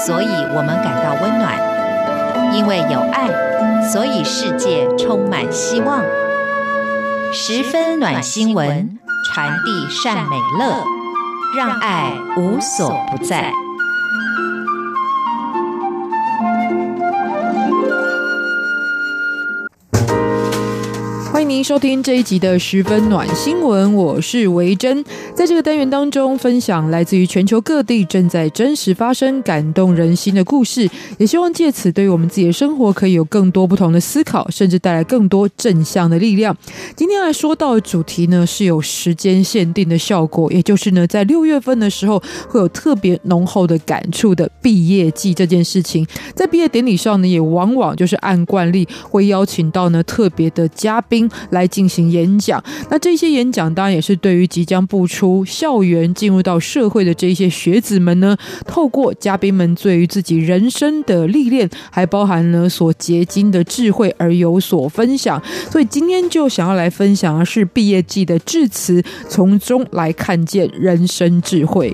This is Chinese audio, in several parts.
所以我们感到温暖；因为有爱，所以世界充满希望。十分暖新闻，传递善美乐，让爱无所不在。 欢迎您收听这一集的十分暖新闻，我是维珍。在这个单元当中，分享来自于全球各地正在真实发生、感动人心的故事，也希望借此对于我们自己的生活可以有更多不同的思考，甚至带来更多正向的力量。今天来说到的主题呢，是有时间限定的效果，也就是呢，在6月份的时候会有特别浓厚的感触的毕业季这件事情。在毕业典礼上呢，也往往就是按惯例会邀请到呢特别的嘉宾来进行演讲。那这些演讲当然也是对于即将步出校园进入到社会的这些学子们呢，透过嘉宾们对于自己人生的历练，还包含呢所结晶的智慧而有所分享。所以今天就想要来分享的是毕业季的致辞，从中来看见人生智慧。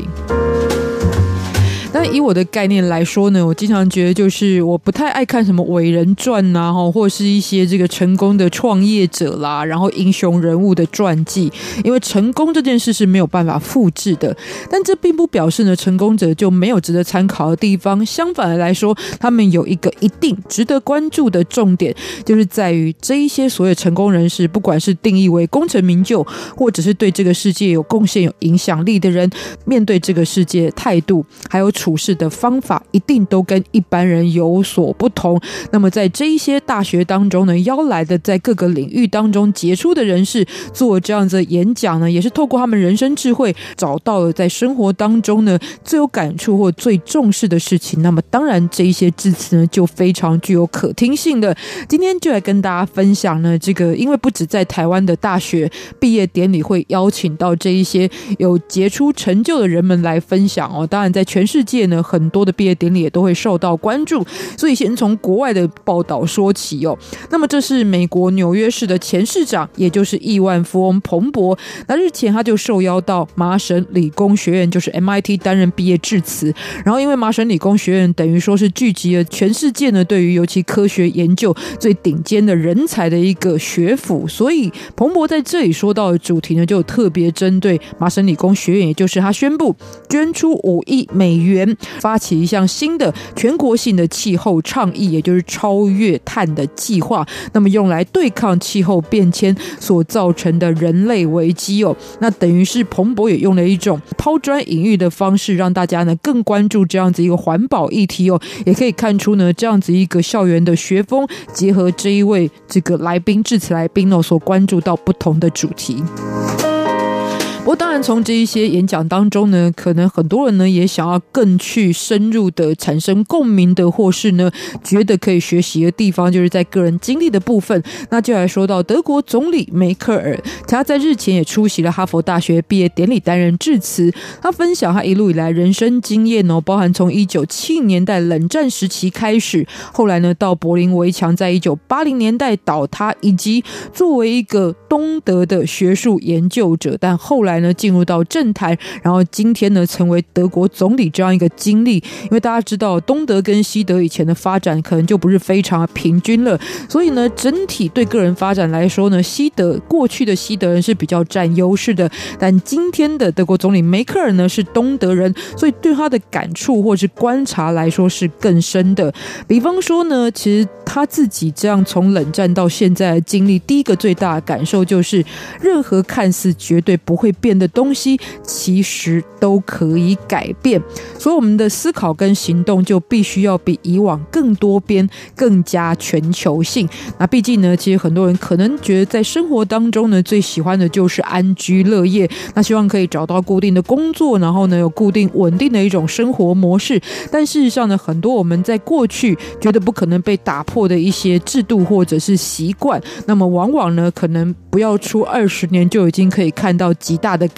那以我的概念来说呢，我经常觉得就是我不太爱看什么伟人传啊，或是一些这个成功的创业者啦，然后英雄人物的传记，因为成功这件事是没有办法复制的。但这并不表示呢，成功者就没有值得参考的地方。相反的来说，他们有一个一定值得关注的重点，就是在于这一些所有成功人士，不管是定义为功成名就，或者是对这个世界有贡献、有影响力的人，面对这个世界的态度，还有处事的方法，一定都跟一般人有所不同。那么在这一些大学当中呢，邀来的在各个领域当中杰出的人士做这样子的演讲呢，也是透过他们人生智慧，找到了在生活当中呢最有感触或最重视的事情。那么当然这一些致辞呢就非常具有可听性的。今天就来跟大家分享呢，这个因为不止在台湾的大学毕业典礼会邀请到这一些有杰出成就的人们来分享哦，当然在全世界呢很多的毕业典礼也都会受到关注，所以先从国外的报道说起哦。那么这是美国纽约市的前市长，也就是亿万富翁彭博。那日前他就受邀到麻省理工学院，就是 MIT 担任毕业致辞。然后因为麻省理工学院等于说是聚集了全世界呢对于尤其科学研究最顶尖的人才的一个学府，所以彭博在这里说到的主题呢，就特别针对麻省理工学院，也就是他宣布捐出5亿美元，发起一项新的全国性的气候倡议，也就是超越碳的计划，那么用来对抗气候变迁所造成的人类危机哦。那等于是彭博也用了一种抛砖引玉的方式，让大家呢更关注这样子一个环保议题哦。也可以看出呢，这样子一个校园的学风，结合这一位这个来宾致辞来宾哦，所关注到不同的主题。不过当然从这一些演讲当中呢，可能很多人呢也想要更去深入的产生共鸣的，或是呢觉得可以学习的地方，就是在个人经历的部分。那就来说到德国总理梅克尔，他在日前也出席了哈佛大学毕业典礼担任致辞。他分享他一路以来人生经验哦，包含从1970年代冷战时期开始，后来呢到柏林围墙在1980年代倒塌，以及作为一个东德的学术研究者，但后来呢进入到政坛，然后今天呢成为德国总理这样一个经历。因为大家知道东德跟西德以前的发展可能就不是非常平均了，所以呢整体对个人发展来说呢，过去的西德人是比较占优势的，但今天的德国总理梅克尔呢是东德人，所以对他的感触或是观察来说是更深的。比方说呢，其实他自己这样从冷战到现在的经历，第一个最大的感受就是任何看似绝对不会变的东西其实都可以改变，所以我们的思考跟行动就必须要比以往更多边，更加全球性。那毕竟呢，其实很多人可能觉得在生活当中呢，最喜欢的就是安居乐业，那希望可以找到固定的工作，然后呢有固定稳定的一种生活模式。但事实上呢，很多我们在过去觉得不可能被打破的一些制度或者是习惯，那么往往呢可能不要出20年就已经可以看到极大的改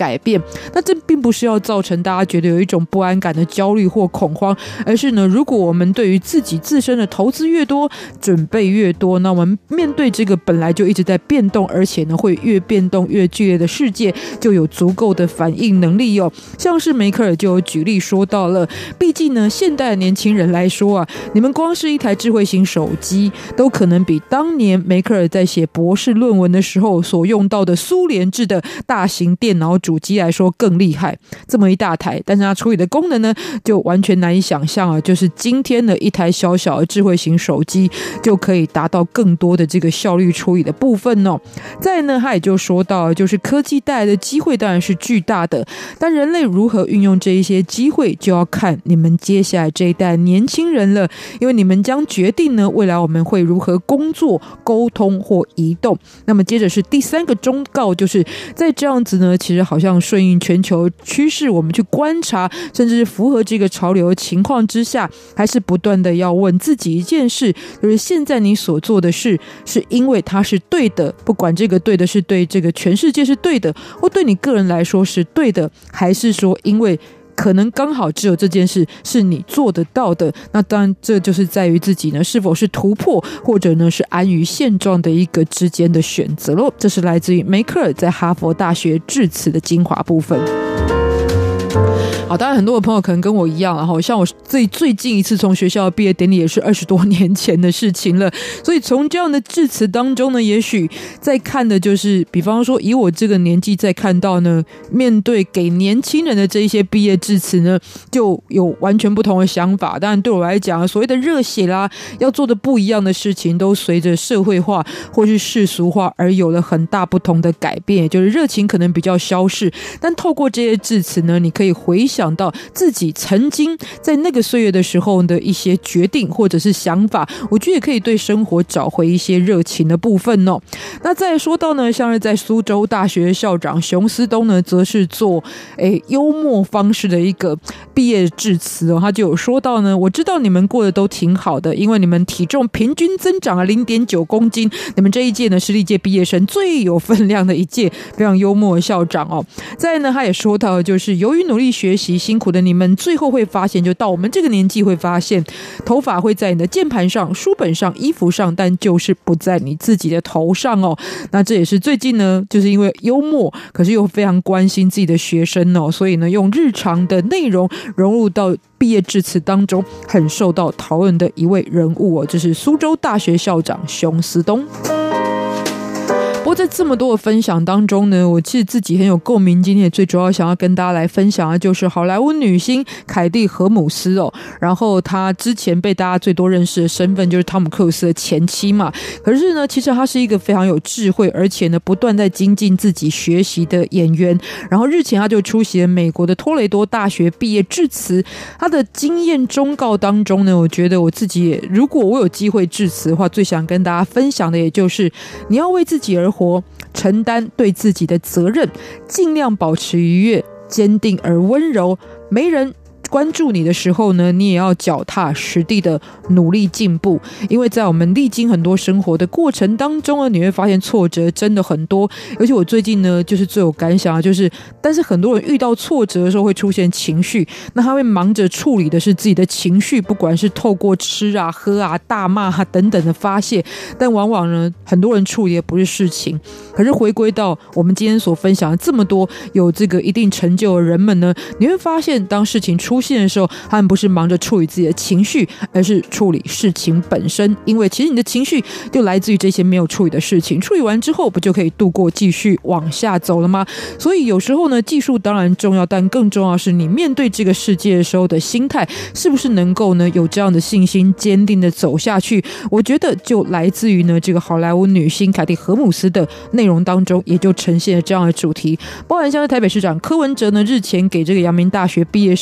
改变。那这并不是要造成大家觉得有一种不安感的焦虑或恐慌，而是呢，如果我们对于自己自身的投资越多，准备越多，那我们面对这个本来就一直在变动，而且呢会越变动越剧烈的世界，就有足够的反应能力哦。像是梅克尔就有举例说到了，毕竟呢，现代的年轻人来说啊，你们光是一台智慧型手机，都可能比当年梅克尔在写博士论文的时候所用到的苏联制的大型电脑主机来说更厉害。这么一大台，但是它处理的功能呢，就完全难以想象啊！就是今天的一台小小的智慧型手机就可以达到更多的这个效率处理的部分哦。再呢，他也就说到，就是科技带来的机会当然是巨大的，但人类如何运用这一些机会，就要看你们接下来这一代年轻人了，因为你们将决定呢，未来我们会如何工作、沟通或移动。那么接着是第三个忠告，就是在这样子呢，其实好像顺应全球趋势，我们去观察，甚至是符合这个潮流的情况之下，还是不断的要问自己一件事，就是现在你所做的事，是因为它是对的，不管这个对的是对这个全世界是对的，或对你个人来说是对的，还是说因为可能刚好只有这件事是你做得到的，那当然这就是在于自己呢是否是突破，或者呢是安于现状的一个之间的选择咯。这是来自于梅克尔在哈佛大学致辞的精华部分。好，当然很多的朋友可能跟我一样，然后像我最近一次从学校的毕业典礼也是20多年前的事情了，所以从这样的致辞当中呢，也许在看的就是比方说以我这个年纪在看到呢，面对给年轻人的这一些毕业致辞呢，就有完全不同的想法。当然对我来讲，所谓的热血啦，要做的不一样的事情，都随着社会化或是世俗化而有了很大不同的改变，也就是热情可能比较消逝，但透过这些致辞呢，你可以回想到自己曾经在那个岁月的时候的一些决定或者是想法，我觉得也可以对生活找回一些热情的部分哦。那再说到呢，像是在苏州大学校长熊思东呢，则是做幽默方式的一个毕业致辞哦。他就有说到呢，我知道你们过得都挺好的，因为你们体重平均增长了 0.9 公斤，你们这一届呢是历届毕业生最有分量的一届，非常幽默的校长哦。再来呢，他也说到，就是由于努力学习辛苦的你们，最后会发现，就到我们这个年纪会发现，头发会在你的键盘上、书本上、衣服上，但就是不在你自己的头上哦。那这也是最近呢，就是因为幽默，可是又非常关心自己的学生哦，所以呢，用日常的内容融入到毕业致辞当中，很受到讨论的一位人物哦，就是苏州大学校长熊思东。不过在这么多的分享当中呢，我其实自己很有共鸣。今天也最主要想要跟大家来分享的就是好莱坞女星凯蒂·荷姆斯哦。然后她之前被大家最多认识的身份就是汤姆·克鲁斯的前妻嘛。可是呢，其实她是一个非常有智慧，而且呢不断在精进自己学习的演员。然后日前她就出席了美国的托雷多大学毕业致辞。她的经验忠告当中呢，我觉得我自己也，如果我有机会致辞的话，最想跟大家分享的也就是你要为自己而活，承担对自己的责任，尽量保持愉悦，坚定而温柔。没人关注你的时候呢，你也要脚踏实地的努力进步。因为在我们历经很多生活的过程当中呢，你会发现挫折真的很多。而且我最近呢，就是最有感想的就是，但是很多人遇到挫折的时候会出现情绪，那他会忙着处理的是自己的情绪，不管是透过吃啊、喝啊、大骂啊等等的发泄，但往往呢，很多人处理的不是事情。可是回归到我们今天所分享的这么多有这个一定成就的人们呢，你会发现当事情出现的时候，他们不是忙着处理自己的情绪，而是处理事情本身。因为其实你的情绪就来自于这些没有处理的事情，处理完之后不就可以度过继续往下走了吗？所以有时候呢，技术当然重要，但更重要是你面对这个世界的时候的心态，是不是能够呢有这样的信心，坚定的走下去。我觉得就来自于呢这个好莱坞女星凯蒂·荷姆斯的内容当中，也就呈现了这样的主题。包含像是台北市长柯文哲呢日前给这个阳明大学毕业生的毕业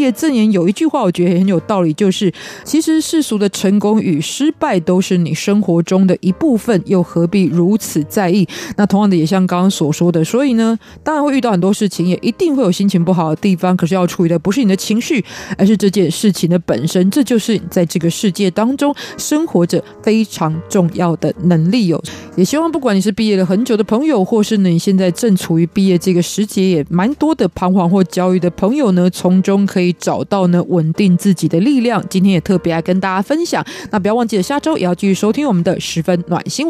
业赠言有一句话我觉得很有道理，就是其实世俗的成功与失败都是你生活中的一部分，又何必如此在意。那同样的也像刚刚所说的，所以呢当然会遇到很多事情，也一定会有心情不好的地方，可是要处理的不是你的情绪，而是这件事情的本身，这就是你在这个世界当中生活着非常重要的能力哦。也希望不管你是毕业了很久的朋友，或是你现在正处于毕业这个时节，也蛮多的彷徨或焦虑的朋友呢，从中可以找到呢稳定自己的力量。今天也特别来跟大家分享，那不要忘记了下周也要继续收听我们的10分暖新闻。